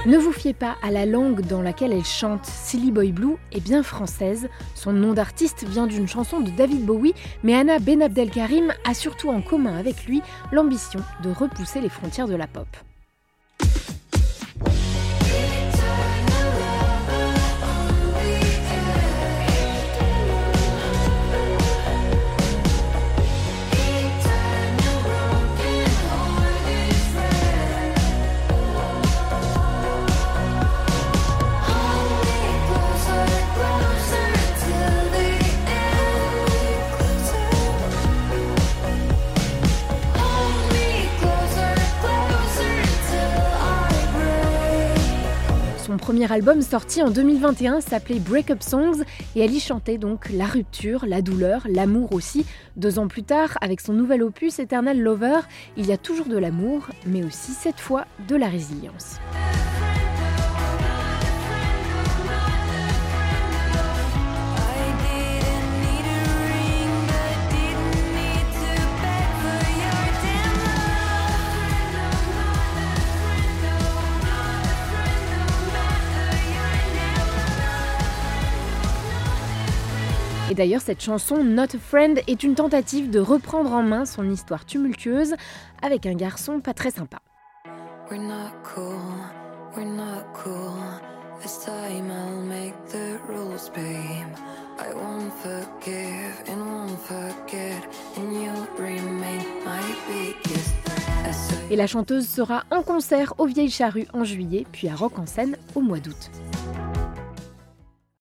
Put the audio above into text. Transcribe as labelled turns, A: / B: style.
A: Ne vous fiez pas à la langue dans laquelle elle chante. Silly Boy Blue est bien française. Son nom d'artiste vient d'une chanson de David Bowie, mais Anna Benabdelkarim a surtout en commun avec lui l'ambition de repousser les frontières de la pop. Son premier album sorti en 2021 s'appelait Breakup Songs et elle y chantait donc la rupture, la douleur, l'amour aussi. 2 ans plus tard, avec son nouvel opus Eternal Lover, il y a toujours de l'amour, mais aussi cette fois de la résilience. Et d'ailleurs, cette chanson Not a Friend est une tentative de reprendre en main son histoire tumultueuse avec un garçon pas très sympa.
B: We're not cool. This time I'll make the rules, babe. I won't forgive and won't forget, and you'll remain my biggest.
A: Et la chanteuse sera en concert au Vieilles Charrues en juillet, puis à Rock en Seine au mois d'août.